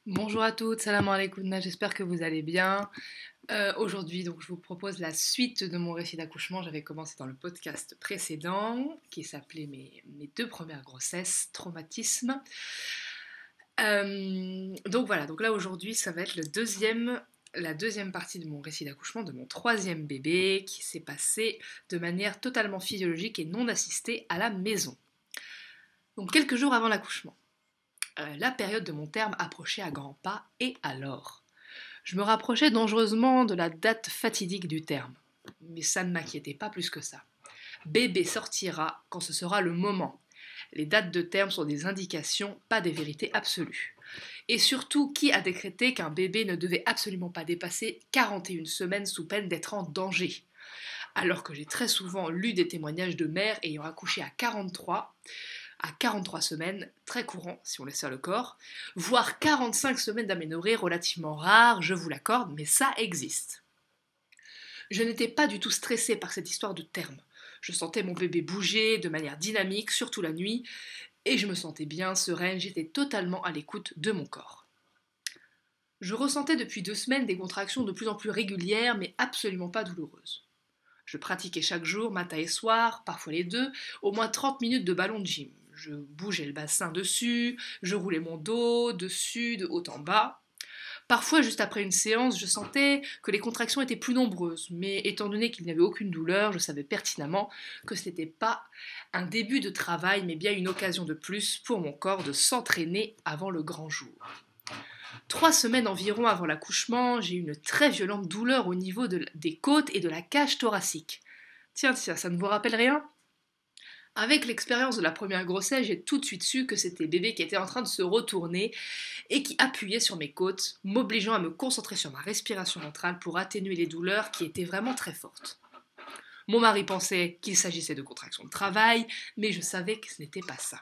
Bonjour à toutes, salam alaikum, j'espère que vous allez bien. Aujourd'hui, donc, je vous propose la suite de mon récit d'accouchement. J'avais commencé dans le podcast précédent qui s'appelait mes deux premières grossesses, traumatisme. Donc voilà, donc là aujourd'hui, ça va être la deuxième partie de mon récit d'accouchement de mon troisième bébé qui s'est passé de manière totalement physiologique et non assistée à la maison. Donc quelques jours avant l'accouchement. La période de mon terme approchait à grands pas, et alors je me rapprochais dangereusement de la date fatidique du terme. Mais ça ne m'inquiétait pas plus que ça. Bébé sortira quand ce sera le moment. Les dates de terme sont des indications, pas des vérités absolues. Et surtout, qui a décrété qu'un bébé ne devait absolument pas dépasser 41 semaines sous peine d'être en danger? Alors que j'ai très souvent lu des témoignages de mères ayant accouché à 43 semaines, très courant si on laisse faire le corps, voire 45 semaines d'aménorrhée, relativement rare, je vous l'accorde, mais ça existe. Je n'étais pas du tout stressée par cette histoire de terme. Je sentais mon bébé bouger de manière dynamique, surtout la nuit, et je me sentais bien, sereine, j'étais totalement à l'écoute de mon corps. Je ressentais depuis 2 semaines des contractions de plus en plus régulières, mais absolument pas douloureuses. Je pratiquais chaque jour, matin et soir, parfois les deux, au moins 30 minutes de ballon de gym. Je bougeais le bassin dessus, je roulais mon dos dessus, de haut en bas. Parfois, juste après une séance, je sentais que les contractions étaient plus nombreuses, mais étant donné qu'il n'y avait aucune douleur, je savais pertinemment que ce n'était pas un début de travail, mais bien une occasion de plus pour mon corps de s'entraîner avant le grand jour. 3 semaines environ avant l'accouchement, j'ai eu une très violente douleur au niveau des côtes et de la cage thoracique. Tiens, ça ne vous rappelle rien? Avec l'expérience de la première grossesse, j'ai tout de suite su que c'était bébé qui était en train de se retourner et qui appuyait sur mes côtes, m'obligeant à me concentrer sur ma respiration ventrale pour atténuer les douleurs qui étaient vraiment très fortes. Mon mari pensait qu'il s'agissait de contractions de travail, mais je savais que ce n'était pas ça.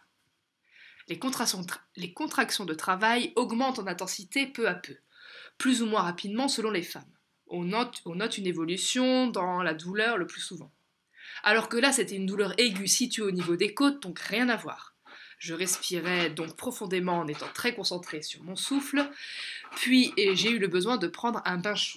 Les contractions de travail augmentent en intensité peu à peu, plus ou moins rapidement selon les femmes. On note une évolution dans la douleur le plus souvent. Alors que là, c'était une douleur aiguë située au niveau des côtes, donc rien à voir. Je respirais donc profondément en étant très concentrée sur mon souffle, puis j'ai eu le besoin de prendre un bain chaud.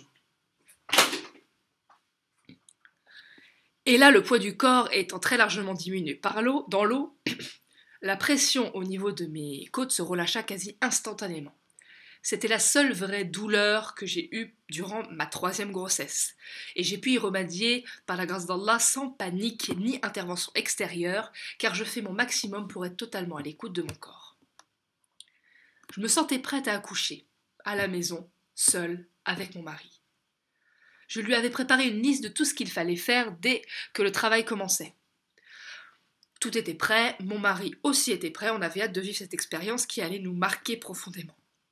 Et là, le poids du corps étant très largement diminué dans l'eau, la pression au niveau de mes côtes se relâcha quasi instantanément. C'était la seule vraie douleur que j'ai eue durant ma troisième grossesse. Et j'ai pu y remédier, par la grâce d'Allah, sans panique ni intervention extérieure, car je fais mon maximum pour être totalement à l'écoute de mon corps. Je me sentais prête à accoucher, à la maison, seule, avec mon mari. Je lui avais préparé une liste de tout ce qu'il fallait faire dès que le travail commençait. Tout était prêt, mon mari aussi était prêt, on avait hâte de vivre cette expérience qui allait nous marquer profondément.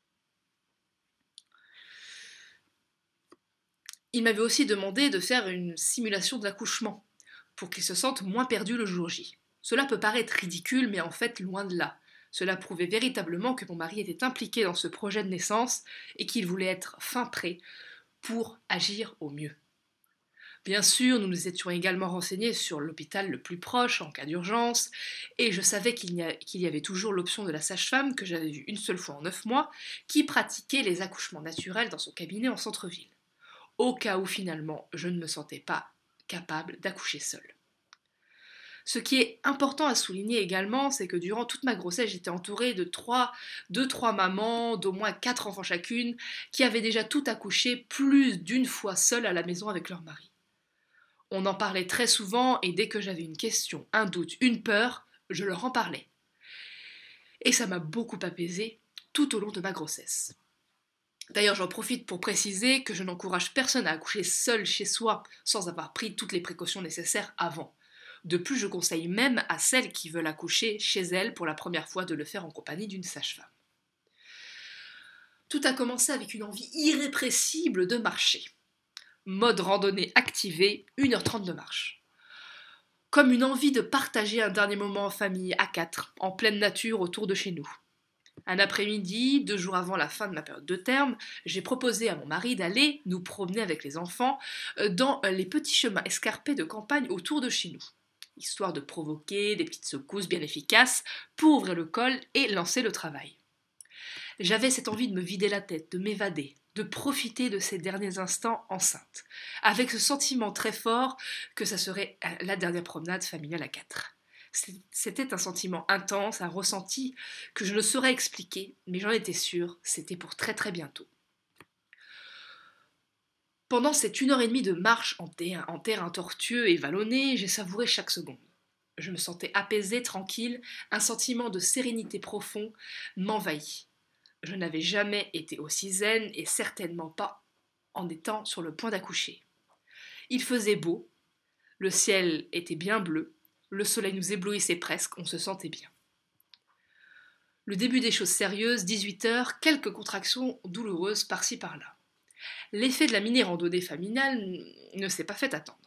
Il m'avait aussi demandé de faire une simulation de l'accouchement, pour qu'il se sente moins perdu le jour J. Cela peut paraître ridicule, mais en fait, loin de là. Cela prouvait véritablement que mon mari était impliqué dans ce projet de naissance et qu'il voulait être fin prêt pour agir au mieux. Bien sûr, nous nous étions également renseignés sur l'hôpital le plus proche en cas d'urgence, et je savais qu'il y avait toujours l'option de la sage-femme, que j'avais vue une seule fois en 9 mois, qui pratiquait les accouchements naturels dans son cabinet en centre-ville, au cas où finalement je ne me sentais pas capable d'accoucher seule. Ce qui est important à souligner également, c'est que durant toute ma grossesse, j'étais entourée de trois mamans, d'au moins 4 enfants chacune, qui avaient déjà tout accouché plus d'une fois seules à la maison avec leur mari. On en parlait très souvent et dès que j'avais une question, un doute, une peur, je leur en parlais. Et ça m'a beaucoup apaisée tout au long de ma grossesse. D'ailleurs, j'en profite pour préciser que je n'encourage personne à accoucher seul chez soi sans avoir pris toutes les précautions nécessaires avant. De plus, je conseille même à celles qui veulent accoucher chez elles pour la première fois de le faire en compagnie d'une sage-femme. Tout a commencé avec une envie irrépressible de marcher. Mode randonnée activé, 1h30 de marche. Comme une envie de partager un dernier moment en famille, à 4, en pleine nature autour de chez nous. Un après-midi, 2 jours avant la fin de ma période de terme, j'ai proposé à mon mari d'aller nous promener avec les enfants dans les petits chemins escarpés de campagne autour de chez nous, histoire de provoquer des petites secousses bien efficaces pour ouvrir le col et lancer le travail. J'avais cette envie de me vider la tête, de m'évader, de profiter de ces derniers instants enceintes, avec ce sentiment très fort que ça serait la dernière promenade familiale à quatre. C'était un sentiment intense, un ressenti que je ne saurais expliquer, mais j'en étais sûre, c'était pour très très bientôt. Pendant cette 1 heure et demie de marche en terrain tortueux et vallonné, j'ai savouré chaque seconde. Je me sentais apaisée, tranquille, un sentiment de sérénité profond m'envahit. Je n'avais jamais été aussi zen et certainement pas en étant sur le point d'accoucher. Il faisait beau, le ciel était bien bleu, le soleil nous éblouissait presque, on se sentait bien. Le début des choses sérieuses, 18 heures, quelques contractions douloureuses par-ci par-là. L'effet de la mini-randonnée familiale ne s'est pas fait attendre.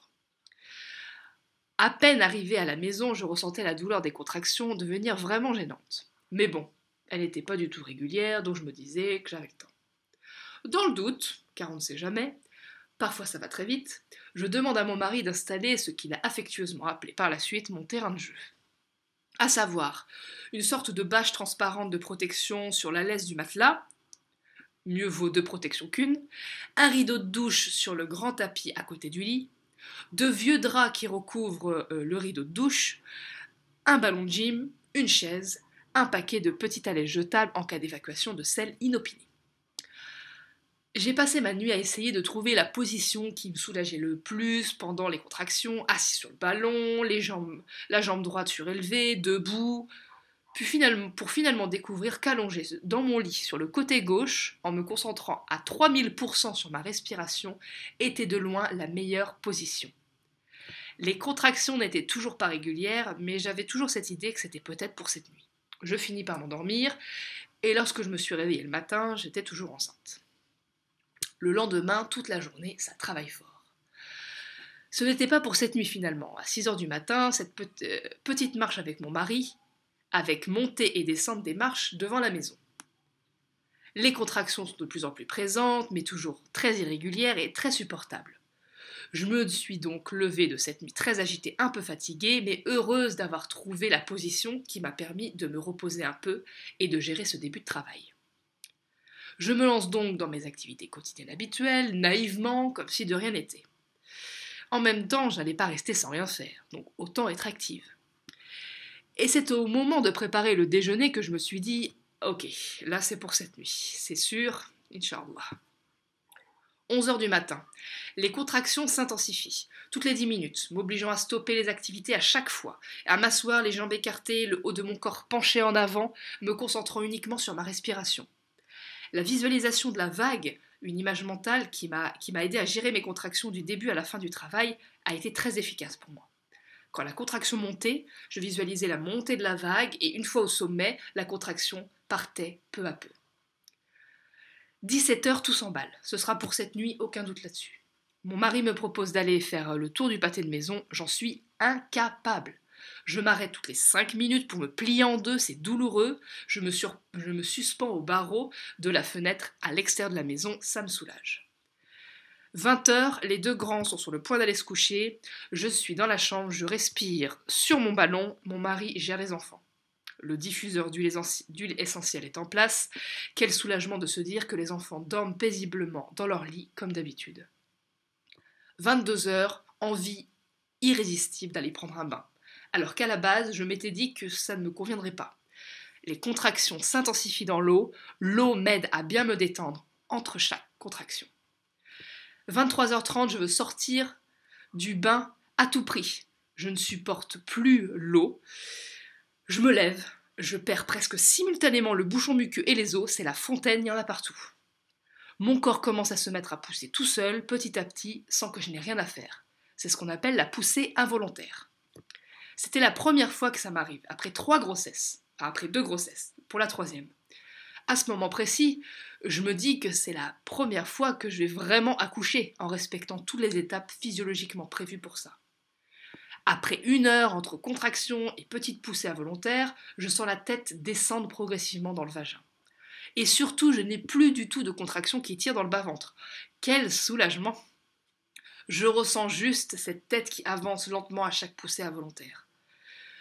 À peine arrivée à la maison, je ressentais la douleur des contractions devenir vraiment gênante. Mais bon, elle n'était pas du tout régulière, donc je me disais que j'avais le temps. Dans le doute, car on ne sait jamais, parfois ça va très vite, je demande à mon mari d'installer ce qu'il a affectueusement appelé par la suite mon terrain de jeu. À savoir, une sorte de bâche transparente de protection sur la laisse du matelas, mieux vaut 2 protections qu'une, un rideau de douche sur le grand tapis à côté du lit, 2 vieux draps qui recouvrent le rideau de douche, un ballon de gym, une chaise, un paquet de petits talets jetables en cas d'évacuation de sel inopiné. J'ai passé ma nuit à essayer de trouver la position qui me soulageait le plus pendant les contractions, assis sur le ballon, la jambe droite surélevée, debout, pour finalement découvrir qu'allongé dans mon lit sur le côté gauche, en me concentrant à 3000% sur ma respiration, était de loin la meilleure position. Les contractions n'étaient toujours pas régulières, mais j'avais toujours cette idée que c'était peut-être pour cette nuit. Je finis par m'endormir, et lorsque je me suis réveillée le matin, j'étais toujours enceinte. Le lendemain, toute la journée, ça travaille fort. Ce n'était pas pour cette nuit finalement. À 6 heures du matin, cette petite marche avec mon mari, avec montée et descente des marches devant la maison. Les contractions sont de plus en plus présentes, mais toujours très irrégulières et très supportables. Je me suis donc levée de cette nuit très agitée, un peu fatiguée, mais heureuse d'avoir trouvé la position qui m'a permis de me reposer un peu et de gérer ce début de travail. Je me lance donc dans mes activités quotidiennes habituelles, naïvement, comme si de rien n'était. En même temps, je n'allais pas rester sans rien faire, donc autant être active. Et c'est au moment de préparer le déjeuner que je me suis dit « Ok, là c'est pour cette nuit, c'est sûr, Inch'Allah ». 11 heures du matin. Les contractions s'intensifient, toutes les 10 minutes, m'obligeant à stopper les activités à chaque fois, à m'asseoir les jambes écartées, le haut de mon corps penché en avant, me concentrant uniquement sur ma respiration. La visualisation de la vague, une image mentale qui m'a aidé à gérer mes contractions du début à la fin du travail, a été très efficace pour moi. Quand la contraction montait, je visualisais la montée de la vague et une fois au sommet, la contraction partait peu à peu. 17 heures, tout s'emballe. Ce sera pour cette nuit, aucun doute là-dessus. Mon mari me propose d'aller faire le tour du pâté de maison, j'en suis incapable. Je m'arrête toutes les 5 minutes pour me plier en deux, c'est douloureux. Je me suspends au barreau de la fenêtre à l'extérieur de la maison, ça me soulage. 20 heures, les 2 grands sont sur le point d'aller se coucher. Je suis dans la chambre, je respire sur mon ballon, mon mari gère les enfants. Le diffuseur d'huile essentielle est en place. Quel soulagement de se dire que les enfants dorment paisiblement dans leur lit comme d'habitude. 22 heures, envie irrésistible d'aller prendre un bain. Alors qu'à la base, je m'étais dit que ça ne me conviendrait pas. Les contractions s'intensifient dans l'eau m'aide à bien me détendre entre chaque contraction. 23h30, je veux sortir du bain à tout prix. Je ne supporte plus l'eau. Je me lève, je perds presque simultanément le bouchon muqueux et les os, c'est la fontaine, il y en a partout. Mon corps commence à se mettre à pousser tout seul, petit à petit, sans que je n'ai rien à faire. C'est ce qu'on appelle la poussée involontaire. C'était la première fois que ça m'arrive, après 2 grossesses, pour la 3e. À ce moment précis, je me dis que c'est la première fois que je vais vraiment accoucher, en respectant toutes les étapes physiologiquement prévues pour ça. Après 1 heure entre contractions et petites poussées involontaires, je sens la tête descendre progressivement dans le vagin. Et surtout, je n'ai plus du tout de contractions qui tirent dans le bas-ventre. Quel soulagement! Je ressens juste cette tête qui avance lentement à chaque poussée involontaire.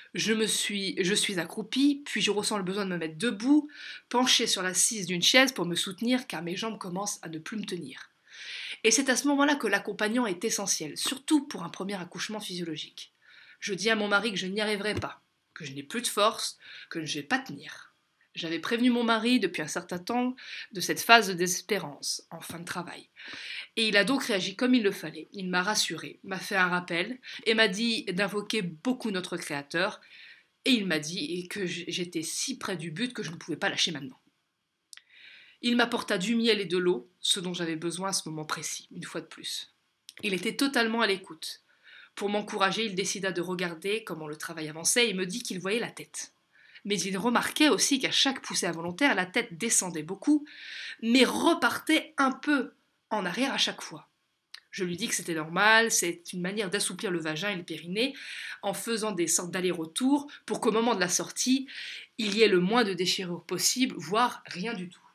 Je suis accroupie, puis je ressens le besoin de me mettre debout, penchée sur l'assise d'une chaise pour me soutenir car mes jambes commencent à ne plus me tenir. Et c'est à ce moment-là que l'accompagnant est essentiel, surtout pour un premier accouchement physiologique. Je dis à mon mari que je n'y arriverai pas, que je n'ai plus de force, que je ne vais pas tenir. J'avais prévenu mon mari depuis un certain temps de cette phase de désespérance en fin de travail. Et il a donc réagi comme il le fallait. Il m'a rassuré, m'a fait un rappel et m'a dit d'invoquer beaucoup notre Créateur. Et il m'a dit que j'étais si près du but que je ne pouvais pas lâcher maintenant. Il m'apporta du miel et de l'eau, ce dont j'avais besoin à ce moment précis, une fois de plus. Il était totalement à l'écoute. Pour m'encourager, il décida de regarder comment le travail avançait et me dit qu'il voyait la tête. Mais il remarquait aussi qu'à chaque poussée involontaire, la tête descendait beaucoup, mais repartait un peu en arrière à chaque fois. Je lui dis que c'était normal, c'est une manière d'assouplir le vagin et le périnée en faisant des sortes d'allers-retours pour qu'au moment de la sortie, il y ait le moins de déchirures possible, voire rien du tout.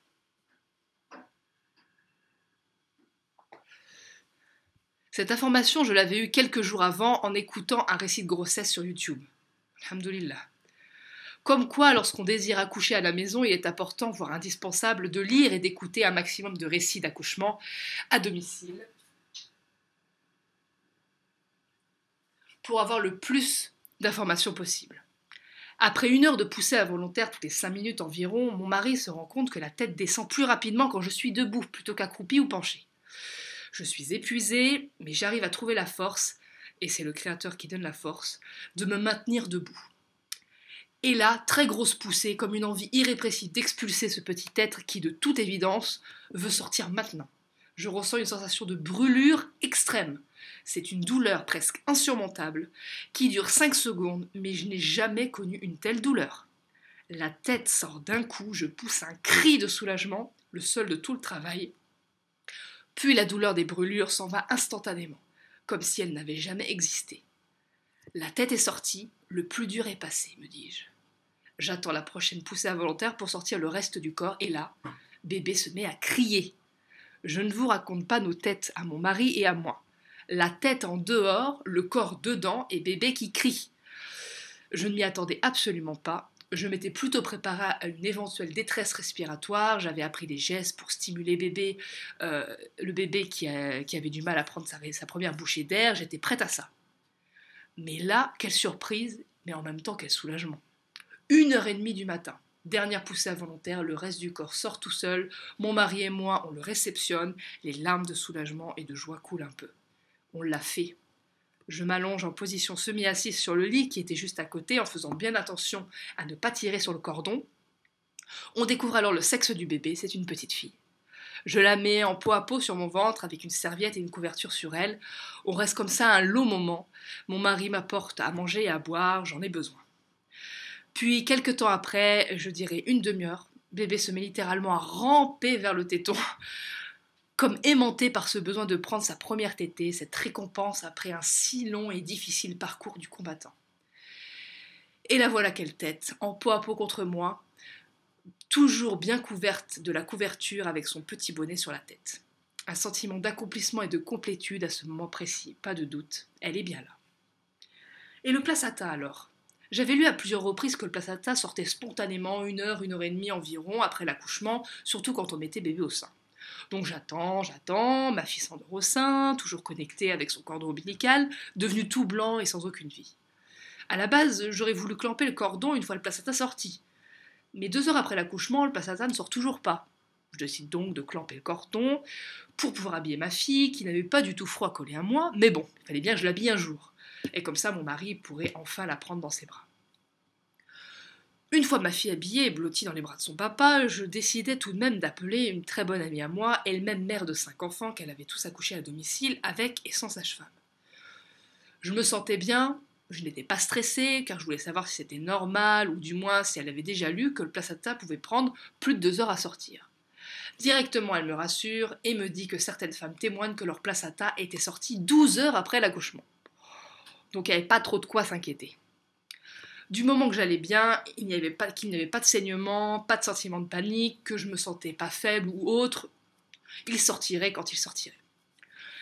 Cette information, je l'avais eue quelques jours avant en écoutant un récit de grossesse sur YouTube. Alhamdoulilah. Comme quoi, lorsqu'on désire accoucher à la maison, il est important, voire indispensable, de lire et d'écouter un maximum de récits d'accouchement à domicile pour avoir le plus d'informations possible. Après 1 heure de poussée involontaire toutes les 5 minutes environ, mon mari se rend compte que la tête descend plus rapidement quand je suis debout plutôt qu'accroupie ou penchée. Je suis épuisée, mais j'arrive à trouver la force, et c'est le Créateur qui donne la force, de me maintenir debout. Et là, très grosse poussée, comme une envie irrépressible d'expulser ce petit être qui, de toute évidence, veut sortir maintenant. Je ressens une sensation de brûlure extrême. C'est une douleur presque insurmontable, qui dure 5 secondes, mais je n'ai jamais connu une telle douleur. La tête sort d'un coup, je pousse un cri de soulagement, le seul de tout le travail. Puis la douleur des brûlures s'en va instantanément, comme si elle n'avait jamais existé. La tête est sortie, le plus dur est passé, me dis-je. J'attends la prochaine poussée involontaire pour sortir le reste du corps, et là, bébé se met à crier. Je ne vous raconte pas nos têtes à mon mari et à moi. La tête en dehors, le corps dedans, et bébé qui crie. Je ne m'y attendais absolument pas. Je m'étais plutôt préparée à une éventuelle détresse respiratoire. J'avais appris des gestes pour stimuler bébé, le bébé qui avait du mal à prendre sa première bouchée d'air. J'étais prête à ça. Mais là, quelle surprise, mais en même temps quel soulagement. 1h30 du matin, dernière poussée involontaire, le reste du corps sort tout seul, mon mari et moi, on le réceptionne, les larmes de soulagement et de joie coulent un peu. On l'a fait. Je m'allonge en position semi-assise sur le lit qui était juste à côté en faisant bien attention à ne pas tirer sur le cordon. On découvre alors le sexe du bébé, c'est une petite fille. Je la mets en peau à peau sur mon ventre avec une serviette et une couverture sur elle. On reste comme ça un long moment. Mon mari m'apporte à manger et à boire, j'en ai besoin. Puis, quelques temps après, je dirais 1/2 heure, bébé se met littéralement à ramper vers le téton, comme aimanté par ce besoin de prendre sa première tétée, cette récompense après un si long et difficile parcours du combattant. Et la voilà quelle tête, en peau à peau contre moi, toujours bien couverte de la couverture avec son petit bonnet sur la tête. Un sentiment d'accomplissement et de complétude à ce moment précis, pas de doute, elle est bien là. Et le placenta alors ? J'avais lu à plusieurs reprises que le placenta sortait spontanément 1 heure, 1h30 environ après l'accouchement, surtout quand on mettait bébé au sein. Donc j'attends, ma fille s'endort au sein, toujours connectée avec son cordon ombilical, devenu tout blanc et sans aucune vie. À la base, j'aurais voulu clamper le cordon une fois le placenta sorti. Mais 2 heures après l'accouchement, le placenta ne sort toujours pas. Je décide donc de clamper le cordon pour pouvoir habiller ma fille, qui n'avait pas du tout froid collé à moi, mais bon, il fallait bien que je l'habille un jour. Et comme ça, mon mari pourrait enfin la prendre dans ses bras. Une fois ma fille habillée et blottie dans les bras de son papa, je décidai tout de même d'appeler une très bonne amie à moi, elle-même mère de 5 enfants qu'elle avait tous accouchés à domicile, avec et sans sage-femme. Je me sentais bien, je n'étais pas stressée, car je voulais savoir si c'était normal, ou du moins si elle avait déjà lu que le placenta pouvait prendre plus de 2 heures à sortir. Directement, elle me rassure et me dit que certaines femmes témoignent que leur placenta était sorti 12 heures après l'accouchement. Donc il n'y avait pas trop de quoi s'inquiéter. Du moment que j'allais bien, qu'il n'y avait pas de saignement, pas de sentiment de panique, que je me sentais pas faible ou autre, il sortirait quand il sortirait.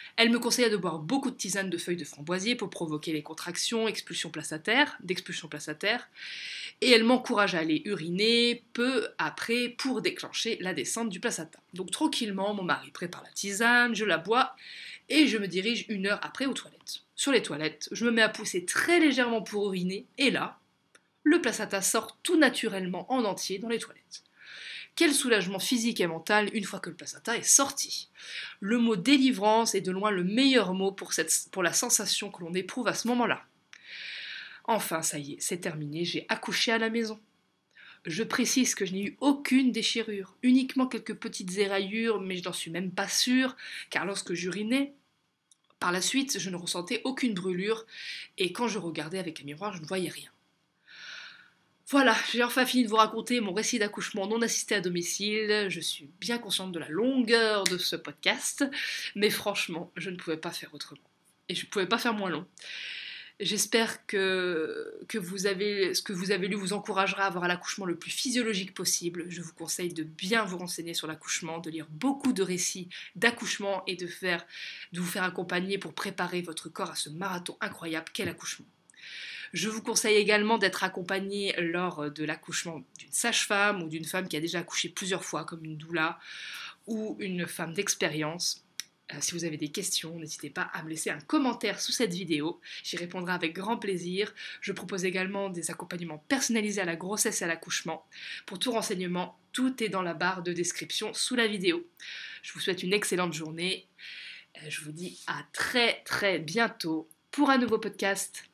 Elle me conseilla de boire beaucoup de tisane de feuilles de framboisier pour provoquer les contractions, d'expulsion placentaire, et elle m'encourage à aller uriner peu après pour déclencher la descente du placenta. Donc tranquillement, mon mari prépare la tisane, je la bois, et je me dirige 1 heure après aux toilettes. Sur les toilettes, je me mets à pousser très légèrement pour uriner, et là, le placenta sort tout naturellement en entier dans les toilettes. Quel soulagement physique et mental une fois que le placenta est sorti. Le mot délivrance est de loin le meilleur mot pour la sensation que l'on éprouve à ce moment-là. Enfin, ça y est, c'est terminé, j'ai accouché à la maison. Je précise que je n'ai eu aucune déchirure, uniquement quelques petites éraillures, mais je n'en suis même pas sûre, car lorsque j'urinais, par la suite, je ne ressentais aucune brûlure, et quand je regardais avec un miroir, je ne voyais rien. Voilà, j'ai enfin fini de vous raconter mon récit d'accouchement non assisté à domicile. Je suis bien consciente de la longueur de ce podcast, mais franchement, je ne pouvais pas faire autrement. Et je ne pouvais pas faire moins long. J'espère que ce que vous avez lu vous encouragera à avoir l'accouchement le plus physiologique possible. Je vous conseille de bien vous renseigner sur l'accouchement, de lire beaucoup de récits d'accouchement et de vous faire accompagner pour préparer votre corps à ce marathon incroyable qu'est l'accouchement. Je vous conseille également d'être accompagné lors de l'accouchement d'une sage-femme ou d'une femme qui a déjà accouché plusieurs fois, comme une doula ou une femme d'expérience. Si vous avez des questions, n'hésitez pas à me laisser un commentaire sous cette vidéo, j'y répondrai avec grand plaisir. Je propose également des accompagnements personnalisés à la grossesse et à l'accouchement. Pour tout renseignement, tout est dans la barre de description sous la vidéo. Je vous souhaite une excellente journée. Je vous dis à très très bientôt pour un nouveau podcast.